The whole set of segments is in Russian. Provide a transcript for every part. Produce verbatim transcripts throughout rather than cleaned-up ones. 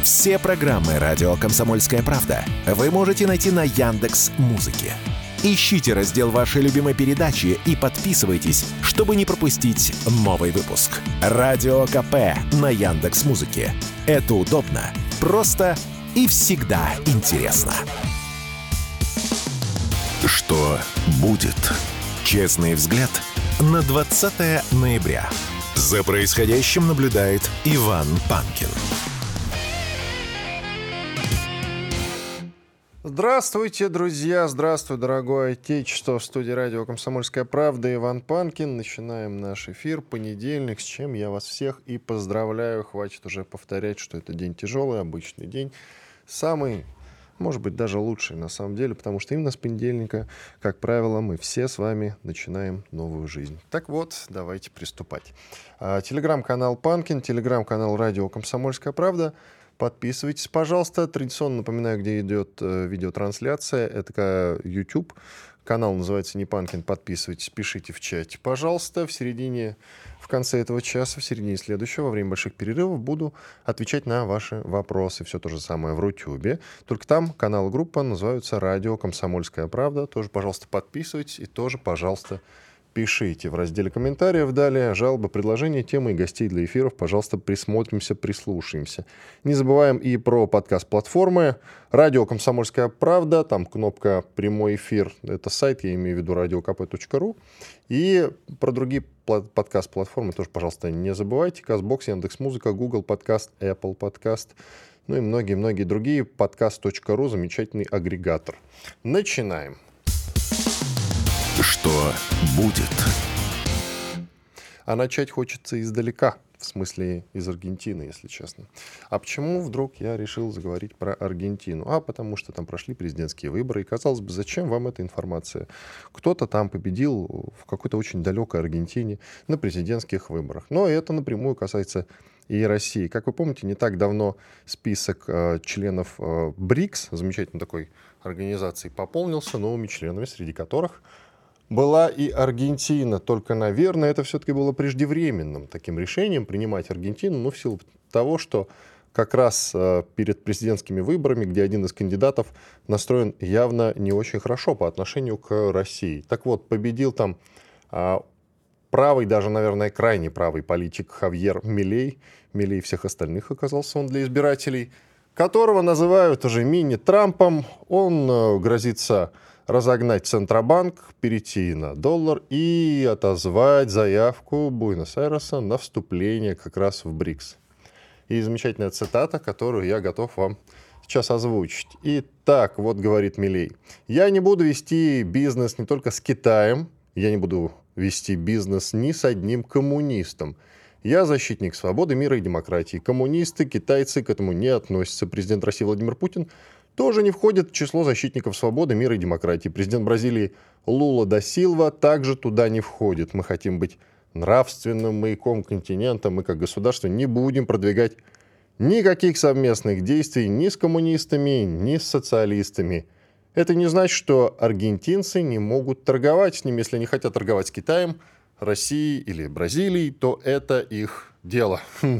Все программы «Радио Комсомольская правда» вы можете найти на Яндекс.Музыке. Ищите раздел вашей любимой передачи и подписывайтесь, чтобы не пропустить новый выпуск. Радио КП на Яндекс.Музыке. Это удобно, просто и всегда интересно. Что будет? Честный взгляд на двадцатое ноября. За происходящим наблюдает Иван Панкин. Здравствуйте, друзья! Здравствуй, дорогое отечество! В студии радио «Комсомольская правда» Иван Панкин. Начинаем наш эфир. Понедельник, с чем я вас всех и поздравляю. Хватит уже повторять, что это день тяжелый, обычный день. Самый, может быть, даже лучший на самом деле, потому что именно с понедельника, как правило, мы все с вами начинаем новую жизнь. Так вот, давайте приступать. Телеграм-канал Панкин, телеграм-канал радио «Комсомольская правда». Подписывайтесь, пожалуйста. Традиционно напоминаю, где идет э, видеотрансляция. Это YouTube. Канал называется «Не Панкин». Подписывайтесь, пишите в чате. Пожалуйста, в середине, в конце этого часа, в середине следующего, во время больших перерывов, буду отвечать на ваши вопросы. Все то же самое в Рутюбе. Только там канал и группа называются «Радио Комсомольская правда». Тоже, пожалуйста, подписывайтесь и тоже, пожалуйста, пишите в разделе комментариев. Далее жалобы, предложения, темы и гостей для эфиров. Пожалуйста, присмотримся, прислушаемся. Не забываем и про подкаст-платформы. Радио «Комсомольская правда». Там кнопка «Прямой эфир». Это сайт, я имею в виду радио ка пэ точка ру. И про другие подкаст-платформы тоже, пожалуйста, не забывайте. Казбокс, Яндекс.Музыка, Google Подкаст, Apple Подкаст. Ну и многие-многие другие. подкаст точка ру. Замечательный агрегатор. Начинаем. Что будет? А начать хочется издалека, в смысле из Аргентины, если честно. А почему вдруг я решил заговорить про Аргентину? А потому что там прошли президентские выборы, и, казалось бы, зачем вам эта информация? Кто-то там победил в какой-то очень далекой Аргентине на президентских выборах. Но это напрямую касается и России. Как вы помните, не так давно список э, членов э, БРИКС, замечательной такой организации, пополнился новыми членами, среди которых была и Аргентина, только, наверное, это все-таки было преждевременным таким решением принимать Аргентину, но в силу того, что как раз э, перед президентскими выборами, где один из кандидатов настроен явно не очень хорошо по отношению к России. Так вот, победил там э, правый, даже, наверное, крайне правый политик Хавьер Милей. Милей всех остальных оказался он для избирателей, которого называют уже мини-Трампом. Он э, грозится разогнать Центробанк, перейти на доллар и отозвать заявку Буэнос-Айреса на вступление как раз в БРИКС. И замечательная цитата, которую я готов вам сейчас озвучить. Итак, вот говорит Милей. «Я не буду вести бизнес не только с Китаем, я не буду вести бизнес ни с одним коммунистом. Я защитник свободы, мира и демократии. Коммунисты, китайцы к этому не относятся. Президент России Владимир Путин тоже не входит в число защитников свободы, мира и демократии. Президент Бразилии Лула да Силва также туда не входит. Мы хотим быть нравственным маяком континента. Мы как государство не будем продвигать никаких совместных действий ни с коммунистами, ни с социалистами. Это не значит, что аргентинцы не могут торговать с ними. Если они хотят торговать с Китаем, Россией или Бразилией, то это их дело».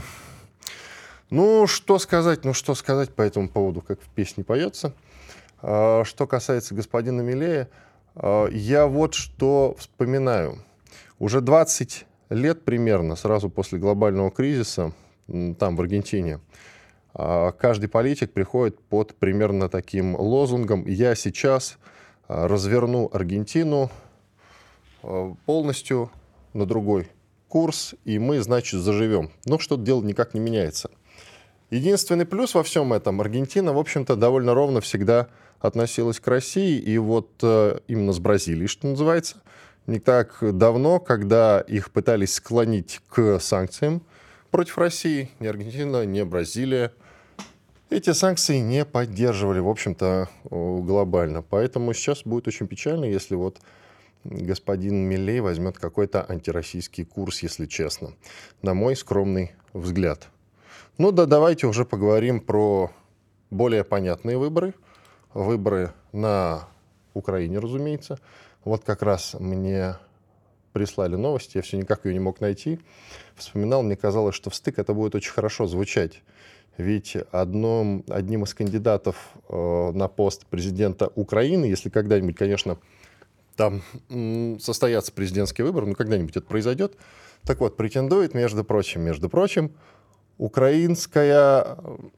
Ну, что сказать, ну, что сказать по этому поводу, как в песне поется. Что касается господина Милея, я вот что вспоминаю. Уже двадцать лет примерно, сразу после глобального кризиса, там, в Аргентине, каждый политик приходит под примерно таким лозунгом: «Я сейчас разверну Аргентину полностью на другой курс, и мы, значит, заживем». Но что-то дело никак не меняется. Единственный плюс во всем этом: Аргентина, в общем-то, довольно ровно всегда относилась к России, и вот э, именно с Бразилией, что называется, не так давно, когда их пытались склонить к санкциям против России, ни Аргентина, ни Бразилия эти санкции не поддерживали, в общем-то, глобально. Поэтому сейчас будет очень печально, если вот господин Милей возьмет какой-то антироссийский курс, если честно, на мой скромный взгляд. Ну да, давайте уже поговорим про более понятные выборы. Выборы на Украине, разумеется. Вот как раз мне прислали новости, я все никак ее не мог найти. Вспоминал, мне казалось, что в стык это будет очень хорошо звучать. Ведь одном, одним из кандидатов э, на пост президента Украины, если когда-нибудь, конечно, там м, состоятся президентские выборы, ну когда-нибудь это произойдет, так вот, претендует, между прочим, между прочим, украинская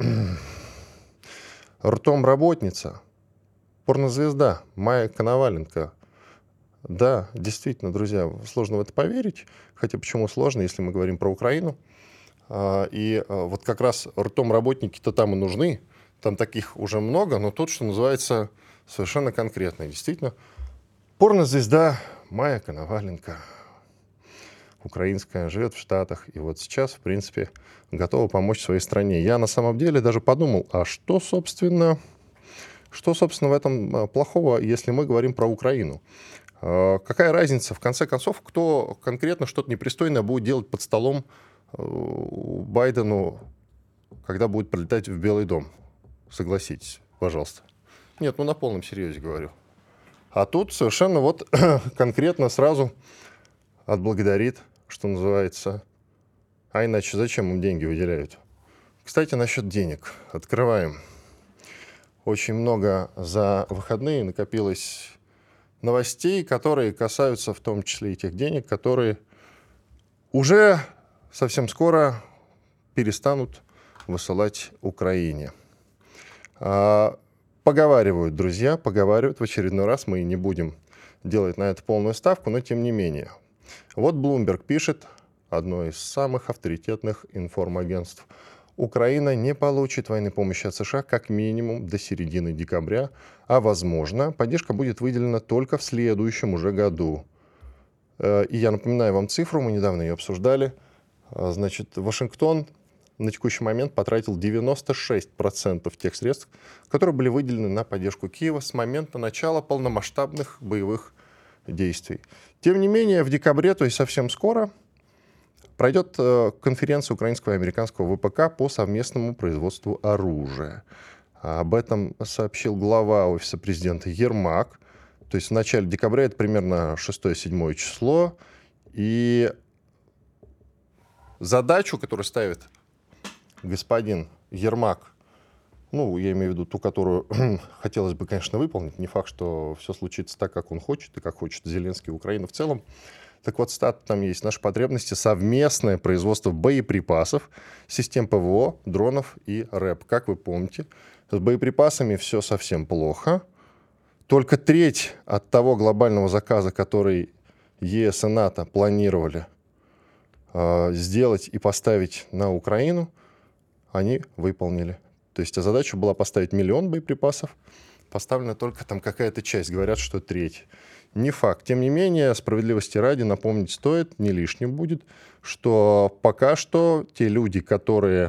ртом работница, порнозвезда Майя Коноваленко. Да, действительно, друзья, сложно в это поверить. Хотя почему сложно, если мы говорим про Украину? И вот как раз ртом работники-то там и нужны. Там таких уже много, но тут, что называется, совершенно конкретно. Действительно, порнозвезда Майя Коноваленко, украинская, живет в Штатах. И вот сейчас, в принципе, готова помочь своей стране. Я на самом деле даже подумал, а что, собственно, что, собственно, в этом плохого, если мы говорим про Украину? Какая разница, в конце концов, кто конкретно что-то непристойное будет делать под столом Байдену, когда будет прилетать в Белый дом? Согласитесь, пожалуйста. Нет, ну на полном серьезе говорю. А тут совершенно вот конкретно сразу отблагодарит, что называется. А иначе зачем им деньги выделяют? Кстати, насчет денег. Открываем. Очень много за выходные накопилось новостей, которые касаются в том числе и тех денег, которые уже совсем скоро перестанут высылать Украине. Поговаривают, друзья, поговаривают. В очередной раз мы не будем делать на это полную ставку, но тем не менее. Вот Bloomberg пишет, одно из самых авторитетных информагентств. Украина не получит военной помощи от США как минимум до середины декабря, а возможно, поддержка будет выделена только в следующем уже году. И я напоминаю вам цифру, мы недавно ее обсуждали. Значит, Вашингтон на текущий момент потратил девяносто шесть процентов тех средств, которые были выделены на поддержку Киева с момента начала полномасштабных боевых действий. Тем не менее, в декабре, то есть совсем скоро, пройдет конференция украинского и американского ВПК по совместному производству оружия. Об этом сообщил глава Офиса президента Ермак. То есть в начале декабря, это примерно шестое-седьмое число. И задачу, которую ставит господин Ермак, ну, я имею в виду ту, которую хотелось бы, конечно, выполнить. Не факт, что все случится так, как он хочет, и как хочет Зеленский и Украина в целом. Так вот, стат там есть. Наши потребности — совместное производство боеприпасов, систем ПВО, дронов и РЭП. Как вы помните, с боеприпасами все совсем плохо. Только треть от того глобального заказа, который ЕС и НАТО планировали э, сделать и поставить на Украину, они выполнили. То есть задача была поставить миллион боеприпасов, поставлена только там какая-то часть. Говорят, что треть. Не факт. Тем не менее, справедливости ради напомнить стоит, не лишним будет, что пока что те люди, которые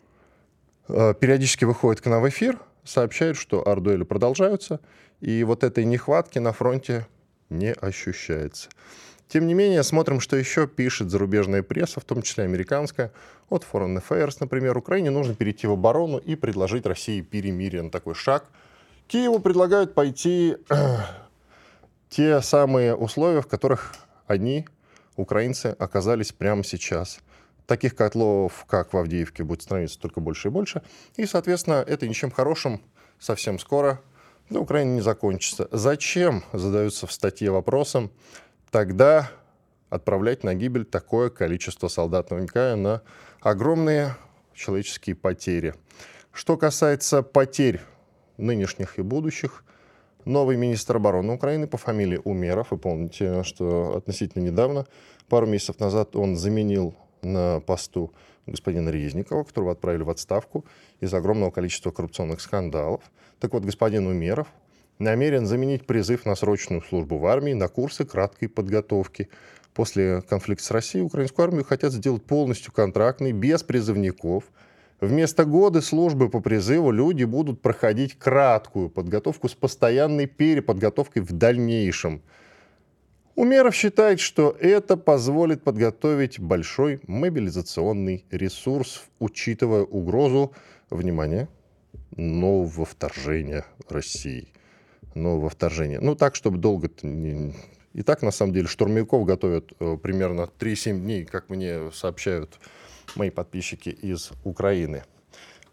э, периодически выходят к нам в эфир, сообщают, что артдуэли продолжаются, и вот этой нехватки на фронте не ощущается. Тем не менее, смотрим, что еще пишет зарубежная пресса, в том числе американская, от Foreign Affairs, например. Украине нужно перейти в оборону и предложить России перемирие на такой шаг. Киеву предлагают пойти э, те самые условия, в которых они, украинцы, оказались прямо сейчас. Таких котлов, как в Авдеевке, будет становиться только больше и больше. И, соответственно, это ничем хорошим совсем скоро для Украины не закончится. Зачем, задаются в статье вопросом, тогда отправлять на гибель такое количество солдат, намекая на огромные человеческие потери. Что касается потерь нынешних и будущих, новый министр обороны Украины по фамилии Умеров, вы помните, что относительно недавно, пару месяцев назад, он заменил на посту господина Резникова, которого отправили в отставку из-за огромного количества коррупционных скандалов. Так вот, господин Умеров намерен заменить призыв на срочную службу в армии на курсы краткой подготовки. После конфликта с Россией украинскую армию хотят сделать полностью контрактной, без призывников. Вместо года службы по призыву люди будут проходить краткую подготовку с постоянной переподготовкой в дальнейшем. Умеров считает, что это позволит подготовить большой мобилизационный ресурс, учитывая угрозу, внимание, нового вторжения России. Нового вторжения. Ну, так, чтобы долго-то не... И так, на самом деле, штурмовиков готовят э, примерно три-семь дней, как мне сообщают мои подписчики из Украины.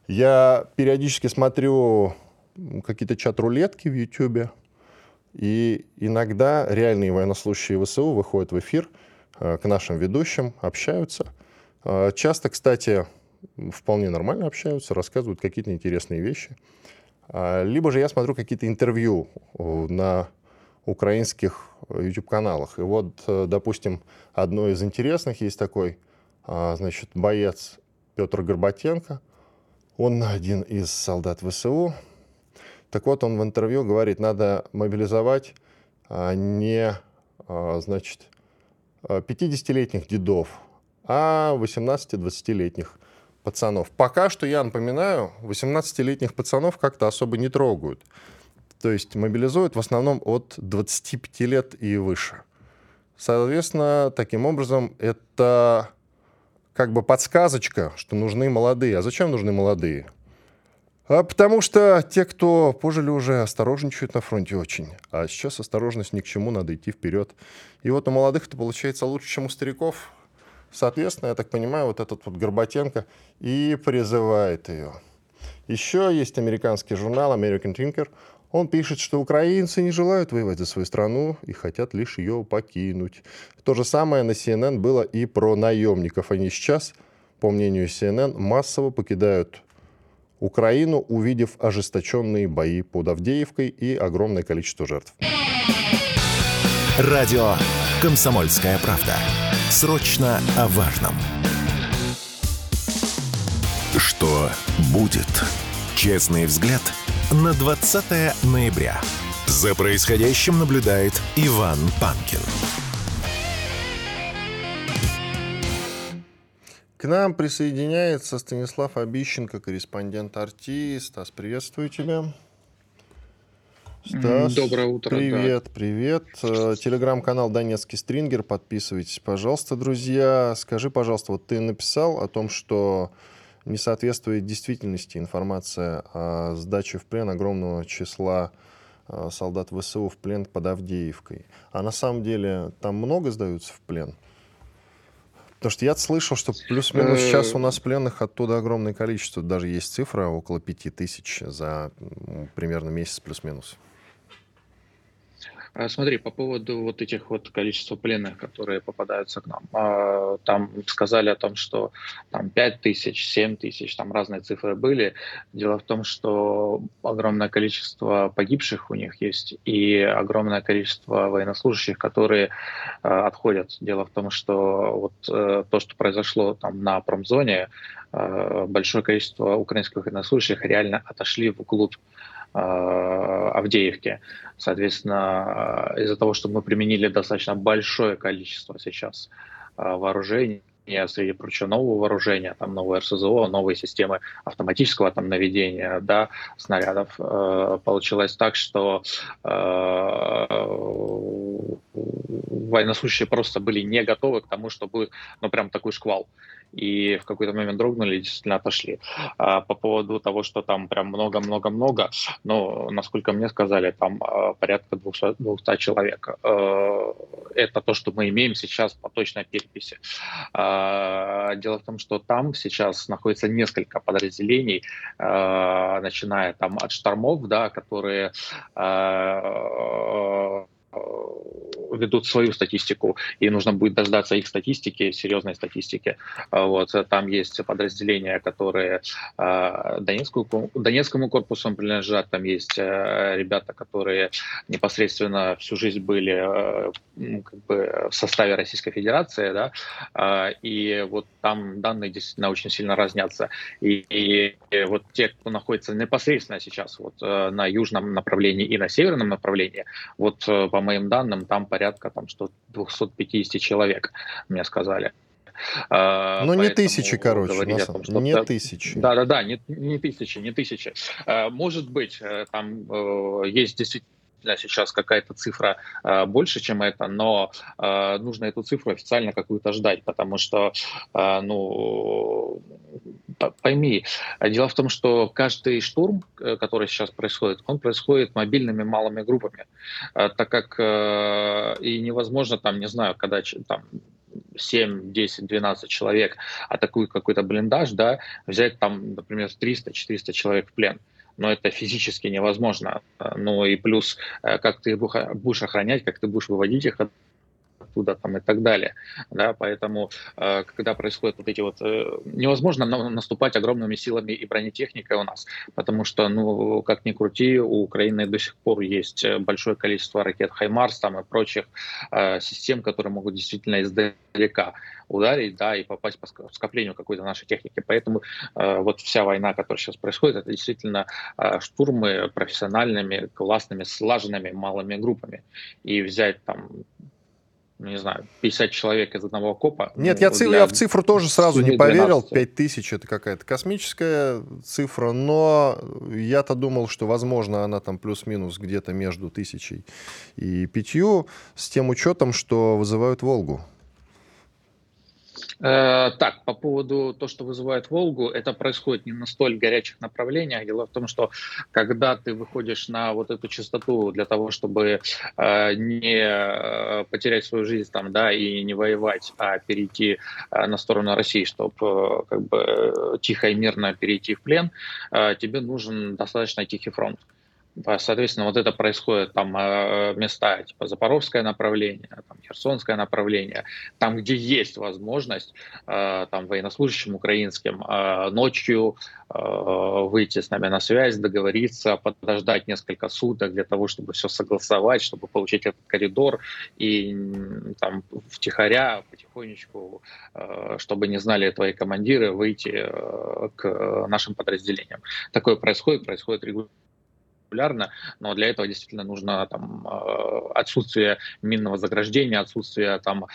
Я периодически смотрю какие-то чат-рулетки в Ютубе, и иногда реальные военнослужащие ВСУ выходят в эфир к нашим ведущим, общаются. Часто, кстати, вполне нормально общаются, рассказывают какие-то интересные вещи. Либо же я смотрю какие-то интервью на украинских YouTube-каналах. И вот, допустим, одно из интересных есть такой, значит, боец Петр Горбатенко. Он один из солдат ВСУ. Так вот, он в интервью говорит, надо мобилизовать не, значит, пятидесятилетних дедов, а восемнадцати-двадцатилетних пацанов. Пока что, я напоминаю, восемнадцатилетних пацанов как-то особо не трогают. То есть мобилизуют в основном от двадцати пяти лет и выше. Соответственно, таким образом, это как бы подсказочка, что нужны молодые. А зачем нужны молодые? А потому что те, кто пожили уже, осторожничают на фронте очень. А сейчас осторожность ни к чему, надо идти вперед. И вот у молодых это получается лучше, чем у стариков. Соответственно, я так понимаю, вот этот вот Горбатенко и призывает ее. Еще есть американский журнал American Thinker. Он пишет, что украинцы не желают воевать за свою страну и хотят лишь ее покинуть. То же самое на си эн эн было и про наемников. Они сейчас, по мнению си эн эн, массово покидают Украину, увидев ожесточенные бои под Авдеевкой и огромное количество жертв. Радио «Комсомольская правда». Срочно о важном. Что будет? Честный взгляд на двадцатое ноября. За происходящим наблюдает Иван Панкин. К нам присоединяется Станислав Обищенко, корреспондент эр ти. Стас, приветствую тебя. Стас, доброе утро. Привет, да. привет. Телеграм-канал «Донецкий стрингер». Подписывайтесь, пожалуйста, друзья. Скажи, пожалуйста, вот ты написал о том, что не соответствует действительности информация о сдаче в плен огромного числа солдат ВСУ в плен под Авдеевкой. А на самом деле там много сдаются в плен? Потому что я слышал, что плюс-минус сейчас у нас пленных оттуда огромное количество. Даже есть цифра около пяти тысяч за примерно месяц плюс-минус. Смотри, по поводу вот этих вот количества пленных, которые попадаются к нам. Там сказали о том, что там пять тысяч, семь тысяч, там разные цифры были. Дело в том, что огромное количество погибших у них есть и огромное количество военнослужащих, которые отходят. Дело в том, что вот то, что произошло там на промзоне, большое количество украинских военнослужащих реально отошли вглубь Авдеевки. Соответственно, из-за того, что мы применили достаточно большое количество сейчас вооружений, среди прочего нового вооружения, там новые эр эс зэ о, новые системы автоматического там наведения, да, снарядов, получилось так, что военнослужащие просто были не готовы к тому, что будет, ну, прям такой шквал. И в какой-то момент дрогнули и действительно отошли. А по поводу того, что там прям много-много-много, ну, насколько мне сказали, там порядка двухсот человек. Это то, что мы имеем сейчас по точной переписи. Дело в том, что там сейчас находится несколько подразделений, начиная там от штормов, да, которые ведут свою статистику, и нужно будет дождаться их статистики, серьезной статистики. Вот. Там есть подразделения, которые Донецкому, Донецкому корпусу принадлежат, там есть ребята, которые непосредственно всю жизнь были как бы в составе Российской Федерации, да, и вот там данные действительно очень сильно разнятся. И, и, и вот те, кто находится непосредственно сейчас вот на южном направлении и на северном направлении, вот по моим данным, там порядка там, что двести пятьдесят человек, мне сказали. Ну, не тысячи, короче. На том, что не тысячи. Да-да-да, не, не тысячи, не тысячи. Может быть, там есть действительно сейчас какая-то цифра э, больше, чем это, но э, нужно эту цифру официально какую-то ждать, потому что, э, ну, пойми, дело в том, что каждый штурм, который сейчас происходит, он происходит мобильными малыми группами, э, так как э, и невозможно там, не знаю, когда там семь, десять, двенадцать человек атакуют какой-то блиндаж, да, взять там, например, триста-четыреста человек в плен. Но это физически невозможно. Ну и плюс, как ты их будешь охранять, как ты будешь выводить их оттуда там, и так далее. Да, поэтому, э, когда происходят вот эти вот... Э, невозможно на, наступать огромными силами и бронетехникой у нас, потому что, ну, как ни крути, у Украины до сих пор есть большое количество ракет «Хаймарс» там, и прочих э, систем, которые могут действительно издалека ударить, да, и попасть по скоплению какой-то нашей техники. Поэтому э, вот вся война, которая сейчас происходит, это действительно э, штурмы профессиональными, классными, слаженными малыми группами. И взять там, не знаю, пятьдесят человек из одного окопа. Нет, ну, я, циф... для... я в цифру тоже сразу не поверил. двенадцать. пять тысяч это какая-то космическая цифра, но я-то думал, что, возможно, она там плюс-минус где-то между тысячей и пятью, с тем учетом, что вызывают «Волгу». Э, так, по поводу того, что вызывает «Волгу», это происходит не на столь горячих направлениях. Дело в том, что когда ты выходишь на вот эту частоту для того, чтобы э, не потерять свою жизнь там, да, и не воевать, а перейти э, на сторону России, чтобы э, как бы тихо и мирно перейти в плен, э, тебе нужен достаточно тихий фронт. Соответственно, вот это происходит там места типа Запорожское направление, там, Херсонское направление, там, где есть возможность там, военнослужащим украинским ночью выйти с нами на связь, договориться, подождать несколько суток для того, чтобы все согласовать, чтобы получить этот коридор и там втихаря, потихонечку, чтобы не знали твои командиры, выйти к нашим подразделениям. Такое происходит, происходит регулярно. Но для этого действительно нужно там, отсутствие минного заграждения, отсутствие там...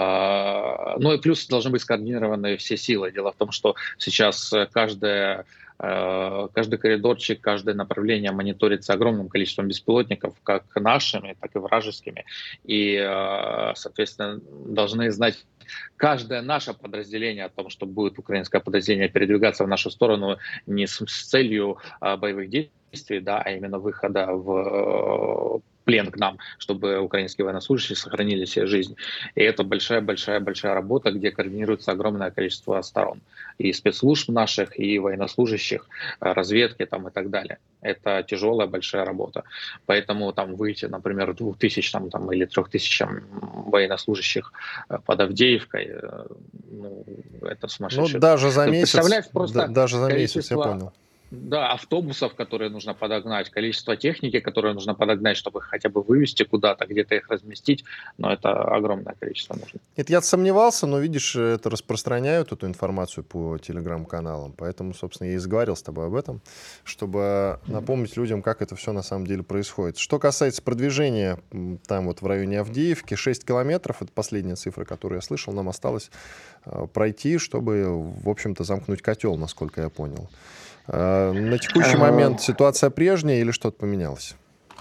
Ну и плюс должны быть скоординированы все силы. Дело в том, что сейчас каждая каждый коридорчик, каждое направление мониторится огромным количеством беспилотников, как нашими, так и вражескими. И, соответственно, должны знать каждое наше подразделение о том, что будет украинское подразделение передвигаться в нашу сторону не с, с целью боевых действий, да, а именно выхода в плен к нам, чтобы украинские военнослужащие сохранили себе жизнь. И это большая-большая-большая работа, где координируется огромное количество сторон. И спецслужб наших, и военнослужащих, разведки там, и так далее. Это тяжелая, большая работа. Поэтому там выйти, например, двух тысяч там, там, или трех тысячам военнослужащих под Авдеевкой, ну, это сумасшедшее. Ну, даже за месяц, просто да, даже за количество... месяц, я понял. Да, автобусов, которые нужно подогнать, количество техники, которое нужно подогнать, чтобы их хотя бы вывести куда-то, где-то их разместить, но это огромное количество нужно. Это я сомневался, но, видишь, это распространяют, эту информацию по телеграм-каналам, поэтому, собственно, я и заговорил с тобой об этом, чтобы напомнить людям, как это все на самом деле происходит. Что касается продвижения там вот в районе Авдеевки, шесть километров, это последняя цифра, которую я слышал, нам осталось пройти, чтобы, в общем-то, замкнуть котел, насколько я понял. На текущий момент ситуация прежняя или что-то поменялось?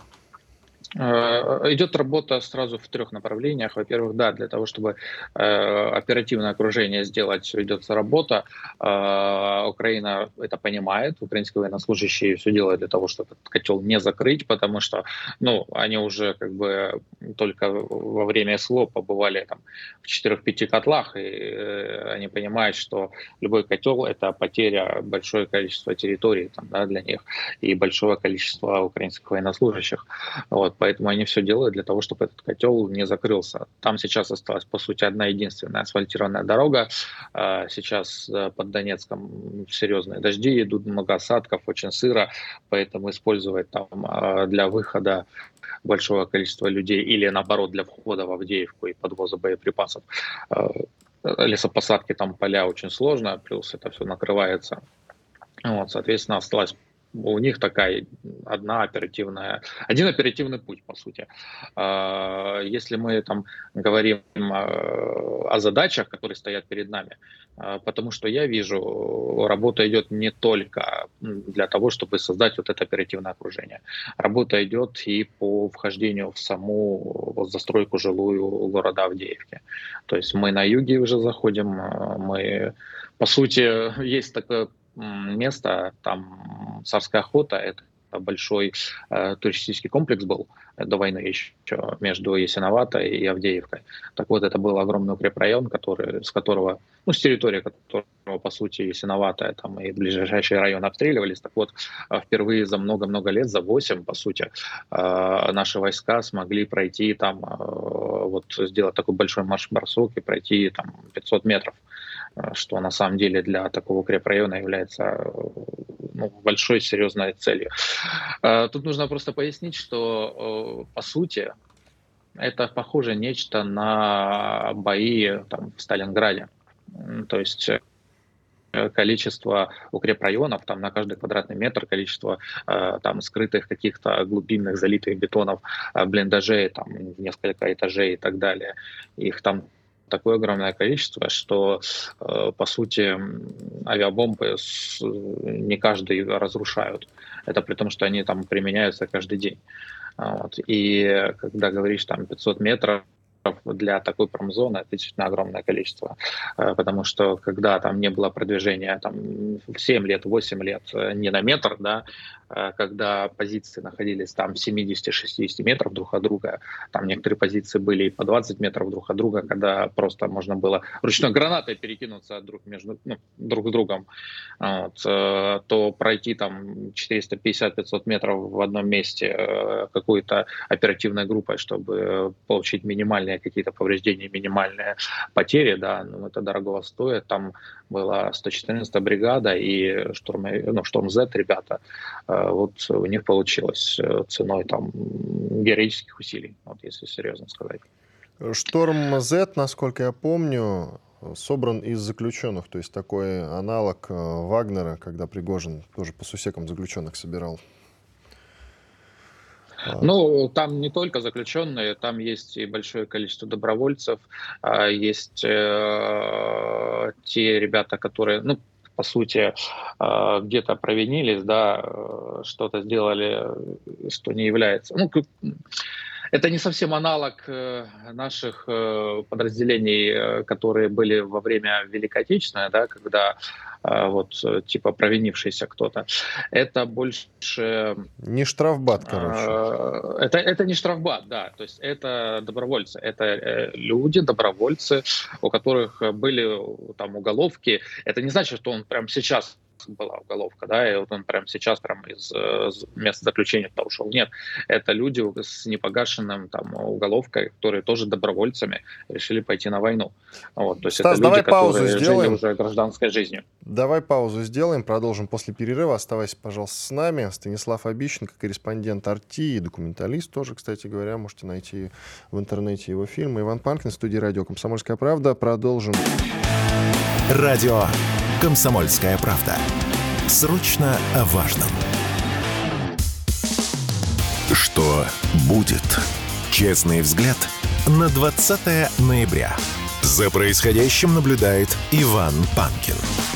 Идет работа сразу в трех направлениях. Во-первых, да, для того, чтобы э, оперативное окружение сделать, ведется работа. Э, Украина это понимает, украинские военнослужащие все делают для того, чтобы этот котел не закрыть, потому что, ну, они уже как бы только во время СВО побывали там в четырех-пяти котлах, и э, они понимают, что любой котел — это потеря большое количества территорий там, да, для них и большого количества украинских военнослужащих. Вот. Поэтому они все делают для того, чтобы этот котел не закрылся. Там сейчас осталась, по сути, одна единственная асфальтированная дорога. Сейчас под Донецком серьезные дожди идут, много осадков, очень сыро, поэтому использовать там для выхода большого количества людей или, наоборот, для входа в Авдеевку и подвоза боеприпасов лесопосадки, там поля очень сложно, плюс это все накрывается. Вот, соответственно, осталось у них такая одна оперативная, один оперативный путь, по сути. Если мы там говорим о задачах, которые стоят перед нами, потому что я вижу, работа идет не только для того, чтобы создать вот это оперативное окружение. Работа идет и по вхождению в саму застройку жилую города Авдеевки. То есть мы на юге уже заходим, мы, по сути, есть такое место, там царская охота, это большой э, туристический комплекс был до войны еще между Ясиноватой и Авдеевкой. Так вот, это был огромный укрепрайон, который, с которого, ну, с территории которого, по сути, Ясиноватая там, и ближайшие районы обстреливались. Так вот, впервые за много-много лет, за восемь, по сути, наши войска смогли пройти там, вот сделать такой большой марш-бросок и пройти там пятьсот метров, что на самом деле для такого укрепрайона является, ну, большой серьезной целью. Тут нужно просто пояснить, что по сути это похоже нечто на бои там, в Сталинграде. То есть количество укрепрайонов там на каждый квадратный метр, количество э, там скрытых каких-то глубинных залитых бетонов э, блиндажей, там несколько этажей и так далее. Их там такое огромное количество, что э, по сути авиабомбы с, не каждый разрушают. Это при том, что они там применяются каждый день. Вот. И когда говоришь там пятьсот метров, для такой промзоны это действительно огромное количество, потому что когда там не было продвижения там семь лет, восемь лет не на метр, да, когда позиции находились там семьдесят-шестьдесят метров друг от друга, там некоторые позиции были и по двадцать метров друг от друга, когда просто можно было ручной гранатой перекинуться друг между ну, друг с другом, вот, то пройти там четыреста пятьдесят-пятьсот метров в одном месте какой-то оперативной группой, чтобы получить минимальные какие-то повреждения, минимальные потери, да, ну, это дорого стоит. Там была сто четырнадцатая бригада и штурм, ну, штурм Z, ребята, вот у них получилось ценой там героических усилий, вот если серьезно сказать. Шторм Z, насколько я помню, собран из заключенных, то есть такой аналог Вагнера, когда Пригожин тоже по сусекам заключенных собирал. Ну, там не только заключенные, там есть и большое количество добровольцев, есть э, те ребята, которые, ну, по сути, э, где-то провинились, да, что-то сделали, что не является. Ну, это не совсем аналог наших подразделений, которые были во время Великой Отечественной, да, когда вот типа провинившийся кто-то. Это больше... Не штрафбат, короче. Это, это не штрафбат, да. То есть это добровольцы. Это люди, добровольцы, у которых были там уголовки. Это не значит, что он прямо сейчас была уголовка, да, и вот он прямо сейчас прямо из, из места заключения ушел. Нет, это люди с непогашенным там уголовкой, которые тоже добровольцами решили пойти на войну. Вот, то есть Стас, это давай люди, паузу которые сделаем. жили уже гражданской жизнью. Давай паузу сделаем, продолжим после перерыва. Оставайся, пожалуйста, с нами. Станислав Обищенко, корреспондент эр ти и документалист тоже, кстати говоря. Можете найти в интернете его фильмы. Иван Панкин, в студии радио «Комсомольская правда». Продолжим. Радио «Комсомольская правда». Срочно о важном. Что будет? Честный взгляд на двадцатое ноября. За происходящим наблюдает Иван Панкин.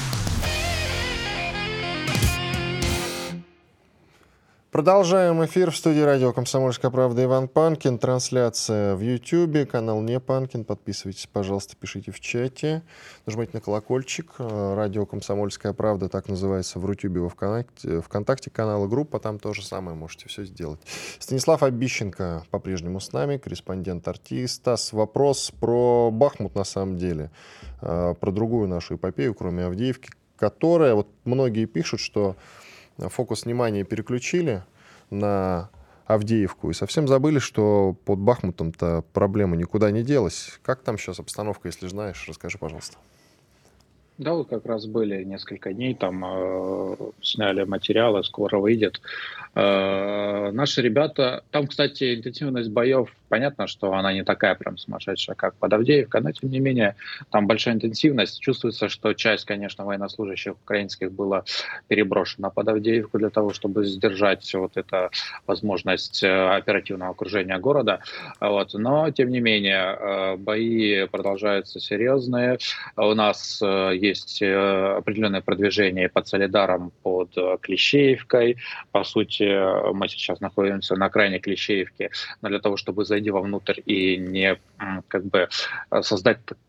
Продолжаем эфир в студии радио «Комсомольская правда». Иван Панкин. Трансляция в Ютьюбе. Канал «Не Панкин». Подписывайтесь, пожалуйста, пишите в чате. Нажимайте на колокольчик. Радио «Комсомольская правда» так называется в Рутюбе, во ВКонтакте, ВКонтакте канал и группа. Там то же самое можете все сделать. Станислав Обищенко по-прежнему с нами, корреспондент эр ти. Стас, вопрос про Бахмут на самом деле. Про другую нашу эпопею, кроме Авдеевки, которая, вот многие пишут, что фокус внимания переключили на Авдеевку и совсем забыли, что под Бахмутом-то проблема никуда не делась. Как там сейчас обстановка, если знаешь? Расскажи, пожалуйста. Да, вот как раз были несколько дней, там э, сняли материалы, скоро выйдет. Э, наши ребята, там, кстати, интенсивность боев, понятно, что она не такая прям сумасшедшая, как под Авдеевкой, но тем не менее, там большая интенсивность. Чувствуется, что часть, конечно, военнослужащих украинских была переброшена под Авдеевку для того, чтобы сдержать вот эту возможность оперативного окружения города. Вот. Но, тем не менее, бои продолжаются серьезные. У нас есть определенное продвижение под Солидаром, под Клещеевкой. По сути, мы сейчас находимся на окраине Клещеевки, но для того, чтобы зайти вовнутрь и не как бы создать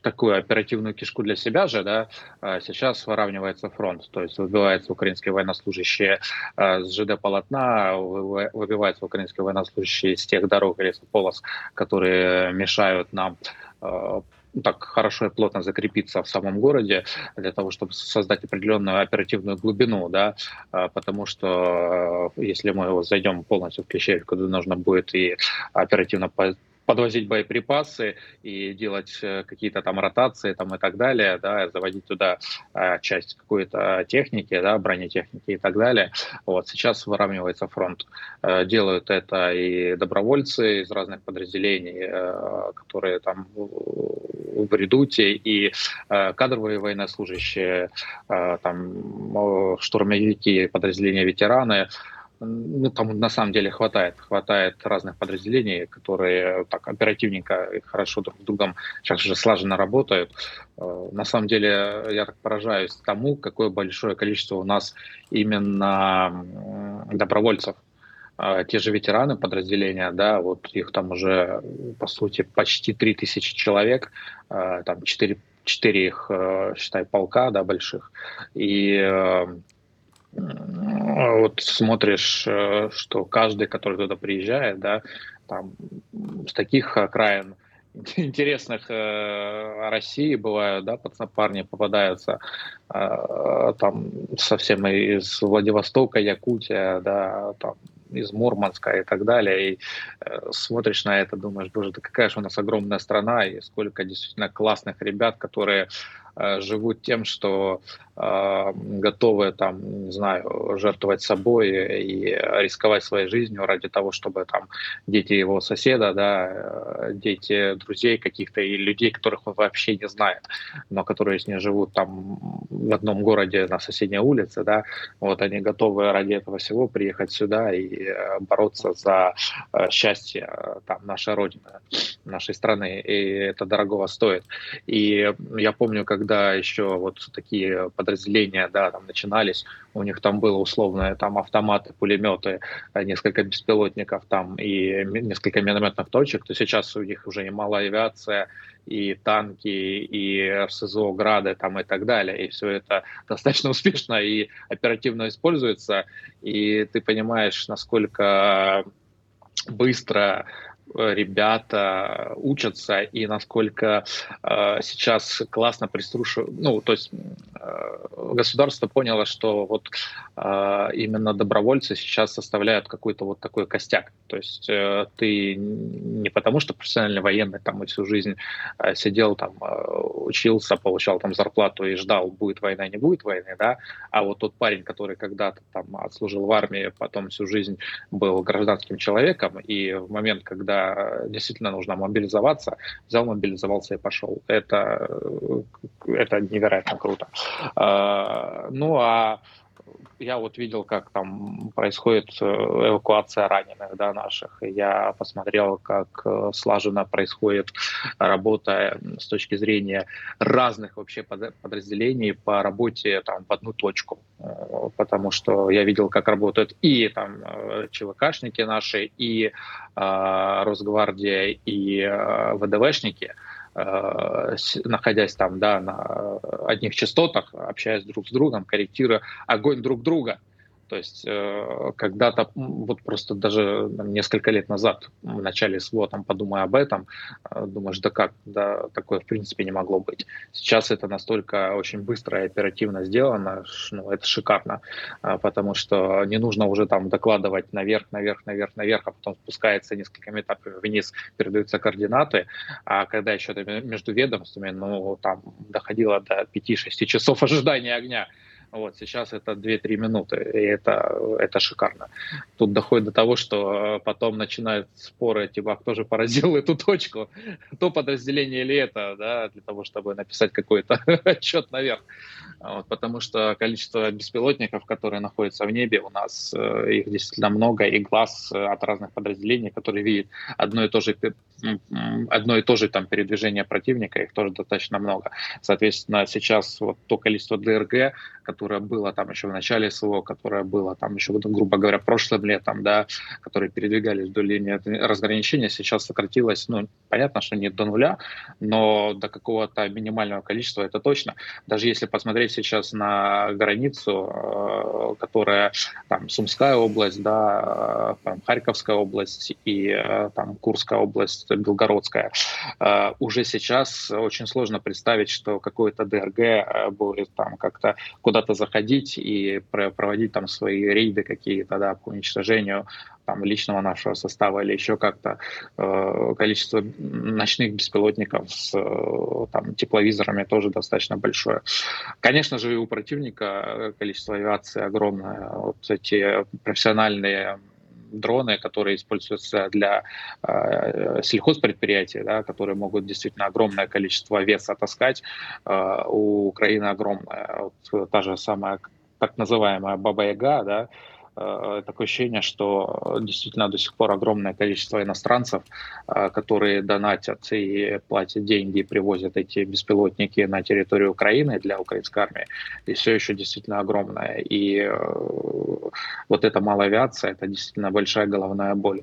такую оперативную кишку для себя же, да, сейчас выравнивается фронт, то есть выбиваются украинские военнослужащие с ЖД-полотна, выбиваются украинские военнослужащие с тех дорог и лесополос, которые мешают нам так хорошо и плотно закрепиться в самом городе для того, чтобы создать определенную оперативную глубину, да, потому что если мы зайдем полностью в Клещеевку, то нужно будет и оперативно подвозить боеприпасы и делать какие-то там ротации там и так далее, да, заводить туда э, часть какой-то техники, да, бронетехники и так далее. Вот сейчас выравнивается фронт. Э, делают это и добровольцы из разных подразделений, э, которые там в редуте, и э, кадровые военнослужащие, э, там штурмовики, подразделения ветераны. Ну, там на самом деле хватает, хватает разных подразделений, которые так оперативненько и хорошо друг с другом сейчас уже слаженно работают. На самом деле я так поражаюсь тому, какое большое количество у нас именно добровольцев. Те же ветераны подразделения, да, вот их там уже, по сути, почти три тысячи человек, там четыре, четыре их, считай, полка, да, больших, и вот смотришь, что каждый, который туда приезжает, да, там с таких окраин интересных э, России бывают, да, парни попадаются э, там совсем из Владивостока, Якутия, да, там из Мурманска и так далее, и э, смотришь на это, думаешь, боже, да какая же у нас огромная страна, и сколько действительно классных ребят, которые э, живут тем, что э, готовы там, не знаю, жертвовать собой и рисковать своей жизнью ради того, чтобы там дети его соседа, да, дети друзей каких-то и людей, которых он вообще не знает, но которые с ним живут там в одном городе на соседней улице, да, вот они готовы ради этого всего приехать сюда и бороться за счастье там нашей Родины, нашей страны, и это дорогого стоит. И я помню, когда еще вот такие подразделения, да, там начинались, у них там было условно там автоматы, пулеметы, несколько беспилотников там и несколько минометных точек, то сейчас у них уже и малая авиация, и танки, и РСЗО, грады там и так далее, и все это достаточно успешно и оперативно используется, и ты понимаешь, насколько быстро ребята учатся и насколько э, сейчас классно приструшивают, ну, то есть э, государство поняло, что вот э, именно добровольцы сейчас составляют какой-то вот такой костяк, то есть э, ты не потому, что профессиональный военный там и всю жизнь э, сидел там, э, учился, получал там зарплату и ждал, будет война, не будет войны, да, а вот тот парень, который когда-то там отслужил в армии, потом всю жизнь был гражданским человеком, и в момент, когда действительно нужно мобилизоваться, взял, мобилизовался и пошел. Это, это невероятно круто. Ну, а я вот видел, как там происходит эвакуация раненых, да, наших. Я посмотрел, как слаженно происходит работа с точки зрения разных вообще подразделений по работе там в одну точку. Потому что я видел, как работают и там ЧВКшники наши, и э, Росгвардия, и э, ВДВшники, находясь там, да, на одних частотах, общаясь друг с другом, корректируя огонь друг друга. То есть э, когда-то, вот просто даже там, несколько лет назад, в начале СВО, там, подумая об этом, э, думаешь, да как, да, такое в принципе не могло быть. Сейчас это настолько очень быстро и оперативно сделано, ну, это шикарно, э, потому что не нужно уже там докладывать наверх, наверх, наверх, наверх, а потом спускается несколькими этапами вниз, передаются координаты, а когда еще это между ведомствами, ну, там доходило до пяти-шести часов ожидания огня. Вот, сейчас это две-три минуты, и это, это шикарно. Тут доходит до того, что потом начинают споры, типа, кто же поразил эту точку, то подразделение или это, да, для того, чтобы написать какой-то отчет наверх. Вот, потому что количество беспилотников, которые находятся в небе, у нас их действительно много, и глаз от разных подразделений, которые видят одно и то же, одно и то же там передвижение противника, их тоже достаточно много. Соответственно, сейчас вот то количество ДРГ, которые которое было там еще в начале СВО, которое было там еще, грубо говоря, прошлым летом, да, которые передвигались вдоль линии разграничения, сейчас сократилось, ну, понятно, что не до нуля, но до какого-то минимального количества это точно. Даже если посмотреть сейчас на границу, которая там Сумская область, да, там, Харьковская область и там Курская область, Белгородская, уже сейчас очень сложно представить, что какой-то ДРГ будет там как-то куда-то заходить и проводить там свои рейды какие-то, да, по уничтожению там личного нашего состава или еще как-то. Количество ночных беспилотников с там тепловизорами тоже достаточно большое. Конечно же, и у противника количество авиации огромное. Вот эти профессиональные дроны, которые используются для э, сельхозпредприятий, да, которые могут действительно огромное количество веса таскать, э, у Украины огромное. Вот та же самая так называемая Баба-Яга, да, э, такое ощущение, что действительно до сих пор огромное количество иностранцев, э, которые донатят и платят деньги, и привозят эти беспилотники на территорию Украины для украинской армии, и все еще действительно огромное. И э, вот эта малая авиация, это действительно большая головная боль,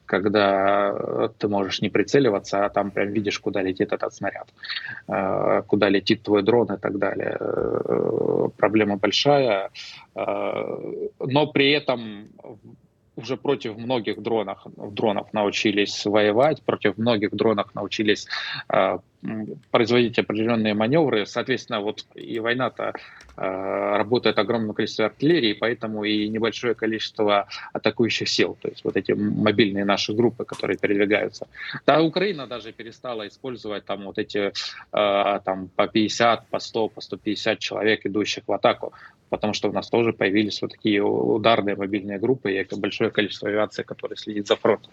когда ты можешь не прицеливаться, а там прям видишь, куда летит этот снаряд, куда летит твой дрон и так далее. Проблема большая, но при этом уже против многих дронов, дронов научились воевать, против многих дронов научились э, производить определенные маневры. Соответственно, вот и война-то э, работает огромное количество артиллерии, поэтому и небольшое количество атакующих сил. То есть вот эти мобильные наши группы, которые передвигаются. Да, Украина даже перестала использовать там вот эти э, там по пятьдесят, по сто, по сто пятьдесят человек, идущих в атаку. Потому что у нас тоже появились вот такие ударные мобильные группы и большое количество авиации, которая следит за фронтом.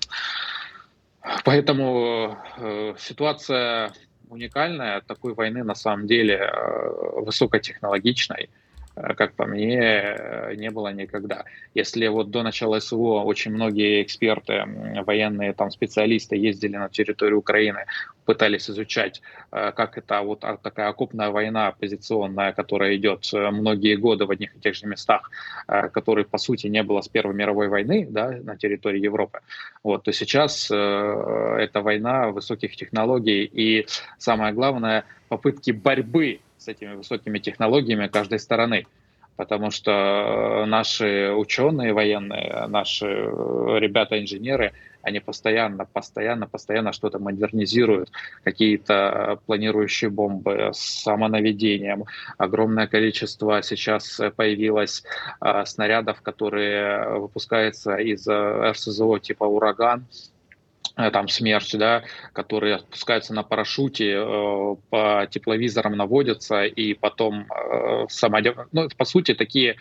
Поэтому э, ситуация уникальная. Такой войны на самом деле э, высокотехнологичной, э, как по мне, э, не было никогда. Если вот до начала СВО очень многие эксперты, военные там специалисты ездили на территорию Украины, пытались изучать, как это вот такая окопная война позиционная, которая идет многие годы в одних и тех же местах, которой, по сути, не было с Первой мировой войны, да, на территории Европы, вот, то сейчас э, это война высоких технологий и, самое главное, попытки борьбы с этими высокими технологиями каждой стороны. Потому что наши ученые военные, наши ребята-инженеры, они постоянно, постоянно, постоянно что-то модернизируют, какие-то планирующие бомбы с самонаведением. Огромное количество сейчас появилось а, снарядов, которые выпускаются из эр эс зэ о типа «Ураган», там «Смерч», да, которые спускаются на парашюте, э, по тепловизорам наводятся, и потом э, самодел... ну, по сути, такие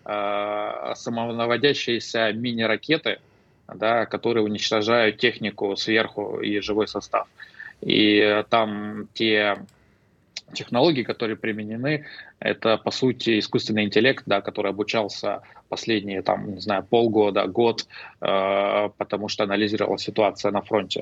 э, самонаводящиеся мини-ракеты, да, которые уничтожают технику сверху и живой состав. И там те технологии, которые применены, это, по сути, искусственный интеллект, да, который обучался последние, там, не знаю, полгода, год, э, потому что анализировал ситуацию на фронте.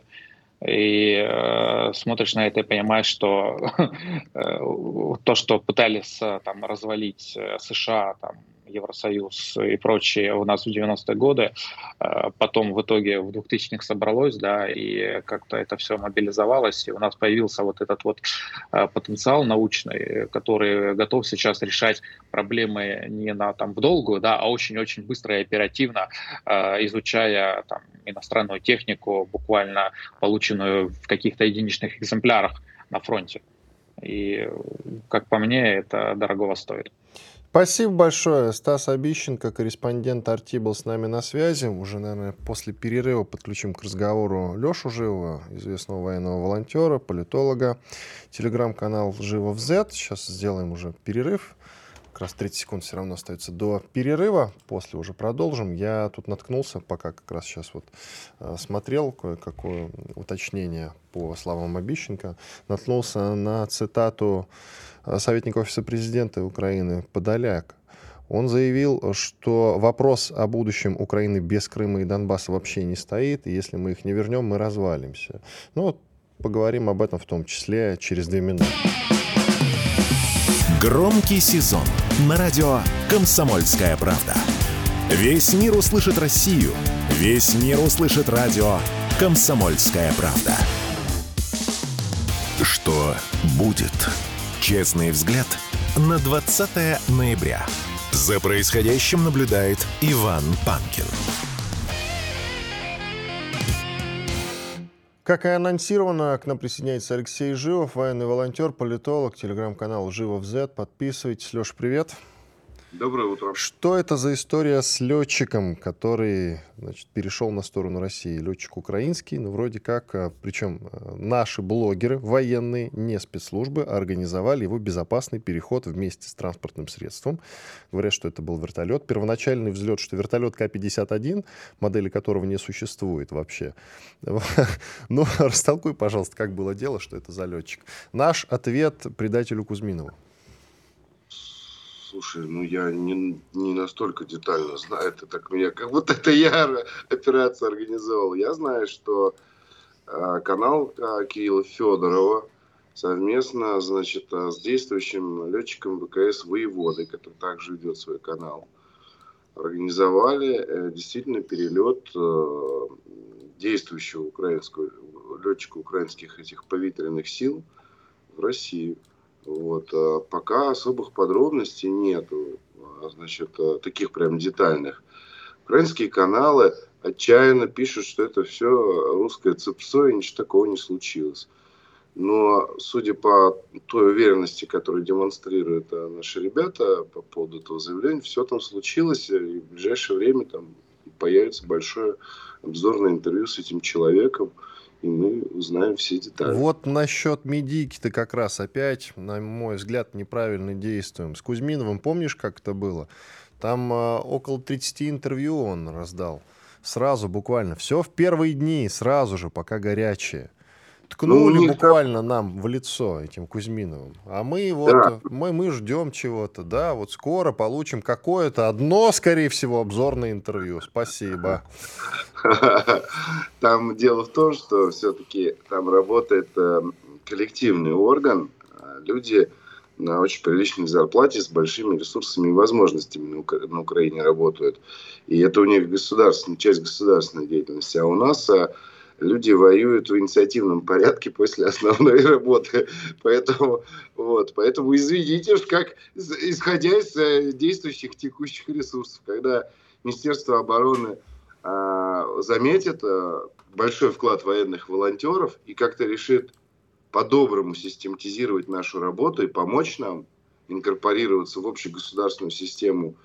И э, смотришь на это и понимаешь, что э, то, что пытались там развалить США, там, Евросоюз и прочее у нас в девяностые годы, потом в итоге в двухтысячных собралось, да, и как-то это все мобилизовалось, и у нас появился вот этот вот потенциал научный, который готов сейчас решать проблемы не на там в долгую, да, а очень-очень быстро и оперативно, изучая там иностранную технику, буквально полученную в каких-то единичных экземплярах на фронте. И, как по мне, это дорогого стоит. Спасибо большое. Стас Обищенко, корреспондент Арти, был с нами на связи. Уже, наверное, после перерыва подключим к разговору Лешу Живого, известного военного волонтера, политолога. Телеграм-канал Живов Зет. Сейчас сделаем уже перерыв. Как раз тридцать секунд все равно остается до перерыва. После уже продолжим. Я тут наткнулся, пока как раз сейчас вот э, смотрел кое-какое уточнение по словам Обищенко. Наткнулся на цитату советника Офиса президента Украины Подоляк. Он заявил, что вопрос о будущем Украины без Крыма и Донбасса вообще не стоит, и если мы их не вернем, мы развалимся. Ну вот поговорим об этом в том числе через две минуты. Громкий сезон на радио «Комсомольская правда». Весь мир услышит Россию. Весь мир услышит радио «Комсомольская правда». Что будет? Честный взгляд на двадцатое ноября. За происходящим наблюдает Иван Панкин. Как и анонсировано, к нам присоединяется Алексей Живов, военный волонтер, политолог, телеграм-канал Живов Зет. Подписывайтесь. Леша, привет. Доброе утро. Что это за история с летчиком, который, значит, перешел на сторону России? Летчик украинский, но вроде как, причем наши блогеры, военные, не спецслужбы, организовали его безопасный переход вместе с транспортным средством. Говорят, что это был вертолет. Первоначальный взлет, что вертолет Ка пятьдесят один, модели которого не существует вообще. Ну, растолкуй, пожалуйста, как было дело, что это за летчик. Наш ответ предателю Кузьминову. Слушай, ну я не, не настолько детально знаю, это так меня, как будто это я операцию организовал. Я знаю, что э, канал э, Кирилла Федорова совместно, значит, э, с действующим летчиком ВКС Воеводой, который также ведет свой канал, организовали э, действительно перелет э, действующего украинского летчика украинских этих повитренных сил в Россию. Вот. А пока особых подробностей нету, значит, таких прям детальных. Украинские каналы отчаянно пишут, что это все русское ЦИПСО, и ничего такого не случилось. Но, судя по той уверенности, которую демонстрируют наши ребята по поводу этого заявления, все там случилось, и в ближайшее время там появится большое обзорное интервью с этим человеком, и мы узнаем все детали. Вот насчет медийки-то как раз опять, на мой взгляд, неправильно действуем. С Кузьминовым, помнишь, как это было? Там э, около тридцати интервью он раздал. Сразу, буквально. Все в первые дни, сразу же, пока горячее. Ткнули ну, буквально там... нам в лицо этим Кузьминовым. А мы вот, да. мы, мы ждем чего-то, да, вот скоро получим какое-то одно, скорее всего, обзорное интервью. Спасибо. Там дело в том, что все-таки там работает коллективный орган, люди на очень приличной зарплате с большими ресурсами и возможностями на Украине работают. И это у них государственная, часть государственной деятельности. А у нас... люди воюют в инициативном порядке после основной работы. Поэтому, вот, поэтому извините, как исходя из действующих текущих ресурсов, когда Министерство обороны а, заметит а, большой вклад военных волонтеров и как-то решит по-доброму систематизировать нашу работу и помочь нам инкорпорироваться в общегосударственную систему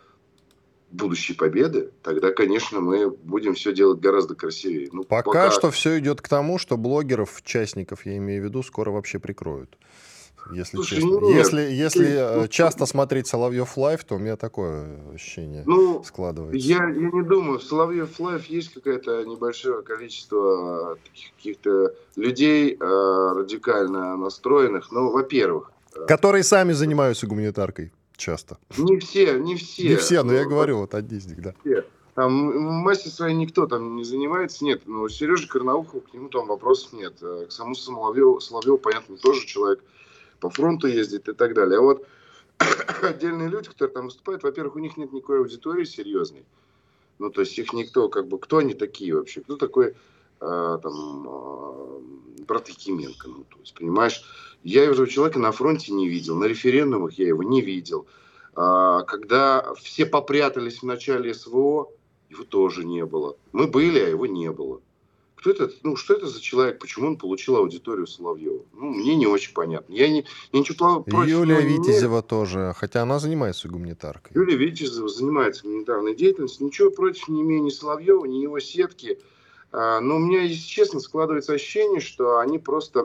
будущей победы, тогда, конечно, мы будем все делать гораздо красивее. Ну, пока, пока что все идет к тому, что блогеров, частников, я имею в виду, скоро вообще прикроют. Если Слушай, честно. Нет, если если ты, часто ну, смотреть Соловьев Лайв, то у меня такое ощущение ну, складывается. Я, я не думаю, в Соловьев Лайв есть какое-то небольшое количество каких-то людей э, радикально настроенных. Ну, во-первых... Которые сами занимаются гуманитаркой. Часто. Не все, не все. Не все, но я говорю, вот одни из них, да. Все. Там в массе своей никто там не занимается, нет. Но Сережа Карнаухов, к нему там вопросов нет. К самому Соловьеву, Соловьеву, понятно, тоже человек по фронту ездит и так далее. А вот отдельные люди, которые там выступают, во-первых, у них нет никакой аудитории серьезной. Ну, то есть их никто, как бы, кто они такие вообще? Кто такой, а, там, а, брат Якименко? Ну, то есть, понимаешь, я этого человека на фронте не видел, на референдумах я его не видел. А, когда все попрятались в начале СВО, его тоже не было. Мы были, а его не было. Кто это? Ну, что это за человек? Почему он получил аудиторию Соловьева? Ну, мне не очень понятно. Я, не, я ничего против. Юлия Витязева нет. тоже, хотя она занимается гуманитаркой. Юлия Витязева занимается гуманитарной деятельностью. Ничего против не имею ни Соловьева, ни его сетки. А, но у меня, если честно, складывается ощущение, что они просто...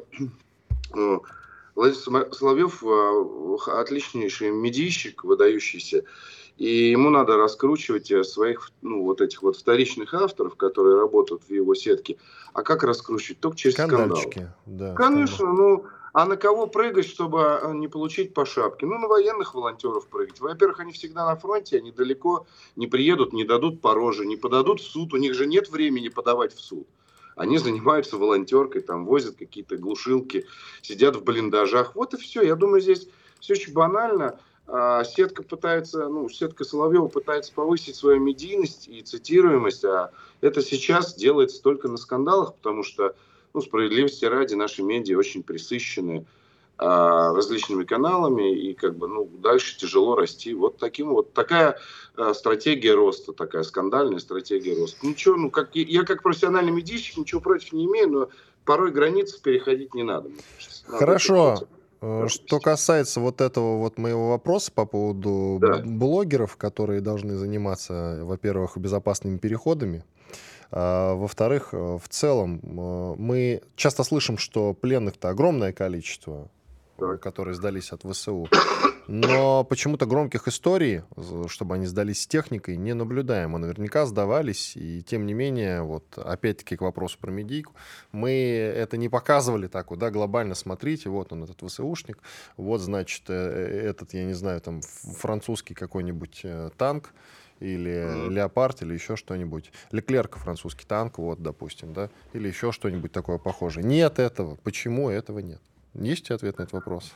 Владимир Соловьев отличнейший медийщик, выдающийся, и ему надо раскручивать своих, ну, вот этих вот вторичных авторов, которые работают в его сетке. А как раскручивать? Только через скандал. Да, Конечно, скандал. ну, а на кого прыгать, чтобы не получить по шапке? Ну, на военных волонтеров прыгать. Во-первых, они всегда на фронте, они далеко не приедут, не дадут по роже, не подадут в суд, у них же нет времени подавать в суд. Они занимаются волонтеркой, там возят какие-то глушилки, сидят в блиндажах. Вот и все. Я думаю, здесь Все очень банально. А, сетка пытается, ну, сетка Соловьева пытается повысить свою медийность и цитируемость, а это сейчас делается только на скандалах, потому что, ну, справедливости ради, наши медиа очень присыщены а, различными каналами, и как бы, ну, дальше тяжело расти. Вот таким вот такая а, стратегия роста, такая скандальная стратегия роста. Ничего, ну, как я как профессиональный медийщик ничего против не имею, но порой границы переходить не надо. Мне кажется. Надо Хорошо. это Что касается вот этого вот моего вопроса по поводу Да. блогеров, которые должны заниматься, во-первых, безопасными переходами, а, во-вторых, э, в целом, э, мы часто слышим, что пленных-то огромное количество, э, Так. которые сдались от ВСУ, но почему-то громких историй, з- чтобы они сдались с техникой, не наблюдаем. А наверняка сдавались, и тем не менее, вот опять-таки к вопросу про медийку, мы это не показывали так вот, да, глобально. Смотрите, вот он, этот ВСУшник, вот, значит, э, э, этот, я не знаю, там, ф- французский какой-нибудь э, танк, или Мгм. Леопард, или еще что-нибудь. Леклерка французский танк, вот, допустим, да, или еще что-нибудь такое похожее. Нет этого. Почему этого нет? Есть ответ на этот вопрос?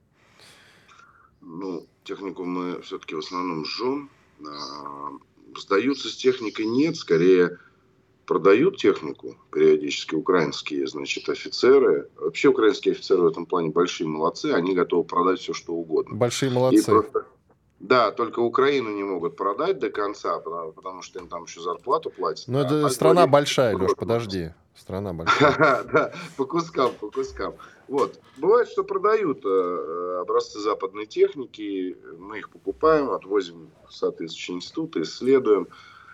Ну, технику мы все-таки в основном жжем. А, Сдаются с техникой нет, скорее продают технику периодически украинские, значит, офицеры. Вообще украинские офицеры в этом плане большие молодцы, они готовы продать все, что угодно. Большие И молодцы. просто, да, только Украину не могут продать до конца, потому, потому что им там еще зарплату платят. Ну, А это так страна вроде большая, Леш, можно. подожди. Страна большая. Да, по кускам, по кускам. Вот. Бывает, что продают э, образцы западной техники, мы их покупаем, отвозим в соответствующие институты, исследуем.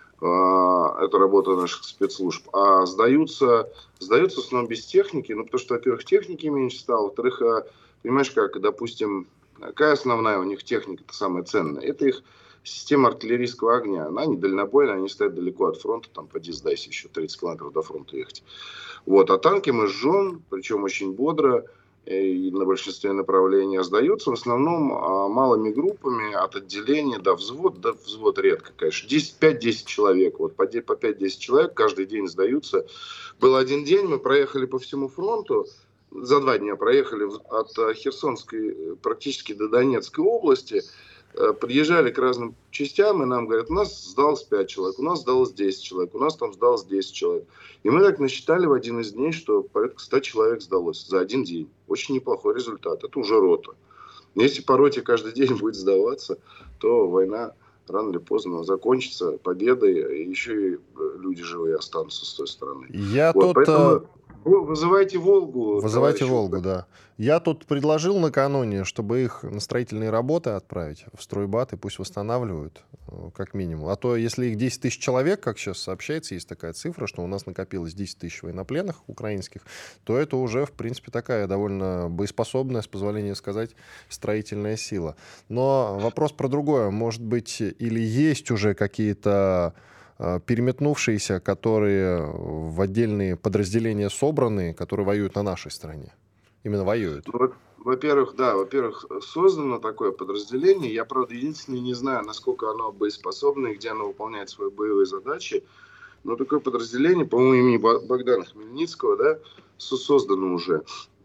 А, Это работа наших спецслужб. А сдаются, сдаются в основном без техники, ну, потому что, во-первых, техники меньше стало, во-вторых, а, понимаешь, как, допустим, какая основная у них техника, это самое ценное, это их система артиллерийского огня. Она не дальнобойная, они стоят далеко от фронта, там, поди сдайся, еще тридцать километров до фронта ехать. Вот. А танки мы жжем, причем очень бодро, и на большинстве направлений. А сдаются в основном а, малыми группами от отделения до взвода, до взвод редко, конечно. пять-десять человек, вот по де- по пять-десять человек каждый день сдаются. Был один день, мы проехали по всему фронту, за два дня проехали в- от а, Херсонской э, практически до Донецкой области, э, приезжали к разным частям, и нам говорят, у нас сдалось пять человек, у нас сдалось десять человек, у нас там сдалось десять человек. И мы так насчитали в один из дней, что порядка ста человек сдалось за один день. Очень неплохой результат. Это уже рота. Если по роте каждый день будет сдаваться, то война рано или поздно закончится победой, и еще и люди живые останутся с той стороны. Я Вот, тут... поэтому э, вы- вызывайте Волгу. Вызывайте товарищи Волгу, украинцы. да. Я тут предложил накануне, чтобы их на строительные работы отправить в стройбат, и пусть восстанавливают, э, как минимум. А то, если их десять тысяч человек, как сейчас сообщается, есть такая цифра, что у нас накопилось десять тысяч военнопленных украинских, то это уже, в принципе, такая довольно боеспособная, с позволения сказать, строительная сила. Но вопрос про другое. Может быть, или есть уже какие-то э, переметнувшиеся, которые в отдельные подразделения собраны, которые воюют на нашей стороне? Именно воюют. Ну, во- Во-первых, да, во-первых, создано такое подразделение. Я, правда, единственное не знаю, насколько оно боеспособно и где оно выполняет свои боевые задачи. Но такое подразделение, по-моему, имени Ба- Богдана Хмельницкого, да, со- создано уже.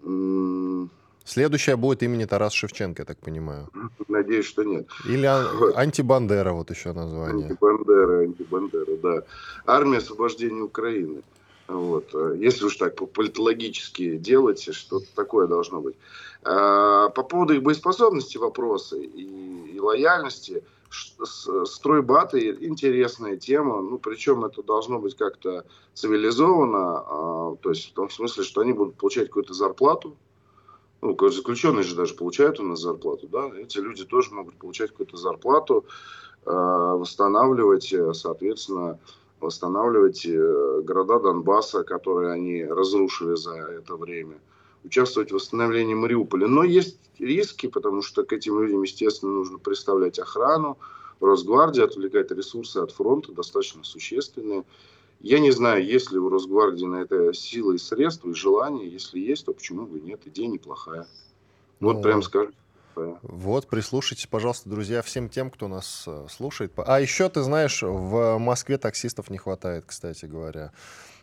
М, Следующее будет имени Тараса Шевченко, я так понимаю. Надеюсь, что нет. Или а- Вот. антибандера, вот еще название. Антибандера, антибандера, да. Армия освобождения Украины. Вот. э, Если уж так политологически делать, что-то такое должно быть. А, По поводу их боеспособности вопросы и, и лояльности. Ш- с- Стройбаты интересная тема, ну, причем это должно быть как-то цивилизованно, а, то есть в том смысле, что они будут получать какую-то зарплату. Ну, как заключенные же даже получают у нас зарплату, да, эти люди тоже могут получать какую-то зарплату, э, восстанавливать, э, соответственно, восстанавливать э, города Донбасса, которые они разрушили за это время, участвовать в восстановлении Мариуполя. Но есть риски, потому что к этим людям, естественно, нужно представлять охрану, Росгвардия, отвлекать ресурсы от фронта, достаточно существенные. Я не знаю, есть ли у Росгвардии на это силы и средства, и желание. Если есть, то почему бы нет? Идея неплохая. Вот Ну, прям скажем. неплохая. вот, прислушайтесь, пожалуйста, друзья, всем тем, кто нас э, слушает. А еще, ты знаешь, в Москве таксистов не хватает, кстати говоря.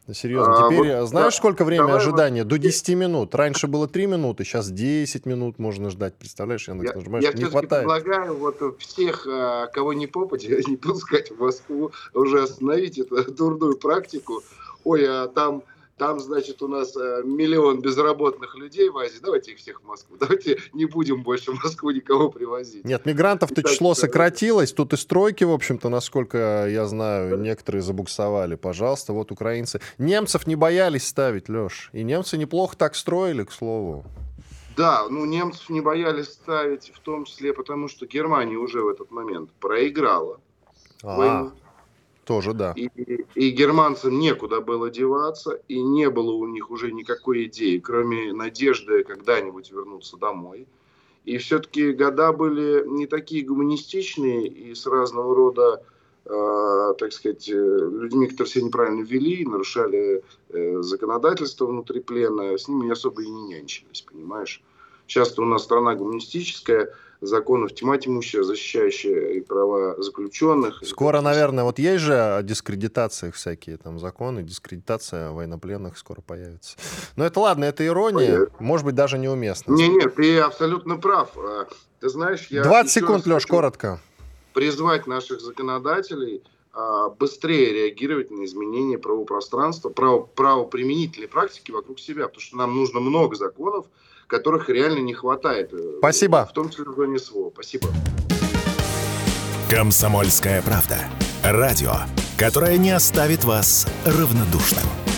Серьезно, теперь а, вот, знаешь, да, сколько время давай, ожидания? До десяти минут. Раньше было три минуты, сейчас десять минут можно ждать. Представляешь, Яндекс, Я, нажимаешь, я не все-таки хватает. предлагаю вот всех, кого не попадя, не пускать в Москву, уже остановить эту дурную практику. Ой, а там, там, значит, у нас миллион безработных людей в Азии. Давайте их всех в Москву. Давайте не будем больше в Москву никого привозить. Нет, мигрантов-то Итак, число да. сократилось. Тут и стройки, в общем-то, насколько я знаю, некоторые забуксовали. Пожалуйста, вот украинцы. Немцев не боялись ставить, Леш. И немцы неплохо так строили, к слову. Да, ну немцев не боялись ставить, в том числе потому, что Германия уже в этот момент проиграла А, войну. тоже да. И, и германцам некуда было деваться, и не было у них уже никакой идеи, кроме надежды когда-нибудь вернуться домой. И все-таки года были не такие гуманистичные и с разного рода, э, так сказать, людьми, которые себя неправильно вели, нарушали э, законодательство внутрипленное, с ними особо и не нянчились, понимаешь? Сейчас-то у нас страна гуманистическая, законов тьма тьмущая, защищающая и права заключенных. Скоро, наверное, вот есть же о дискредитациях всякие там законы, дискредитация военнопленных скоро появится. Но это ладно, это ирония, Понятно. Может быть, даже неуместно. Не, нет, ты абсолютно прав. Ты знаешь, я двадцать еще секунд, раз Леш, хочу коротко. призвать наших законодателей а, быстрее реагировать на изменения правопространства, право, правоприменительной практики вокруг себя, потому что нам нужно много законов, которых реально не хватает. Спасибо. В том числе в зоне СВО. Спасибо. «Комсомольская правда». Радио, которое не оставит вас равнодушным.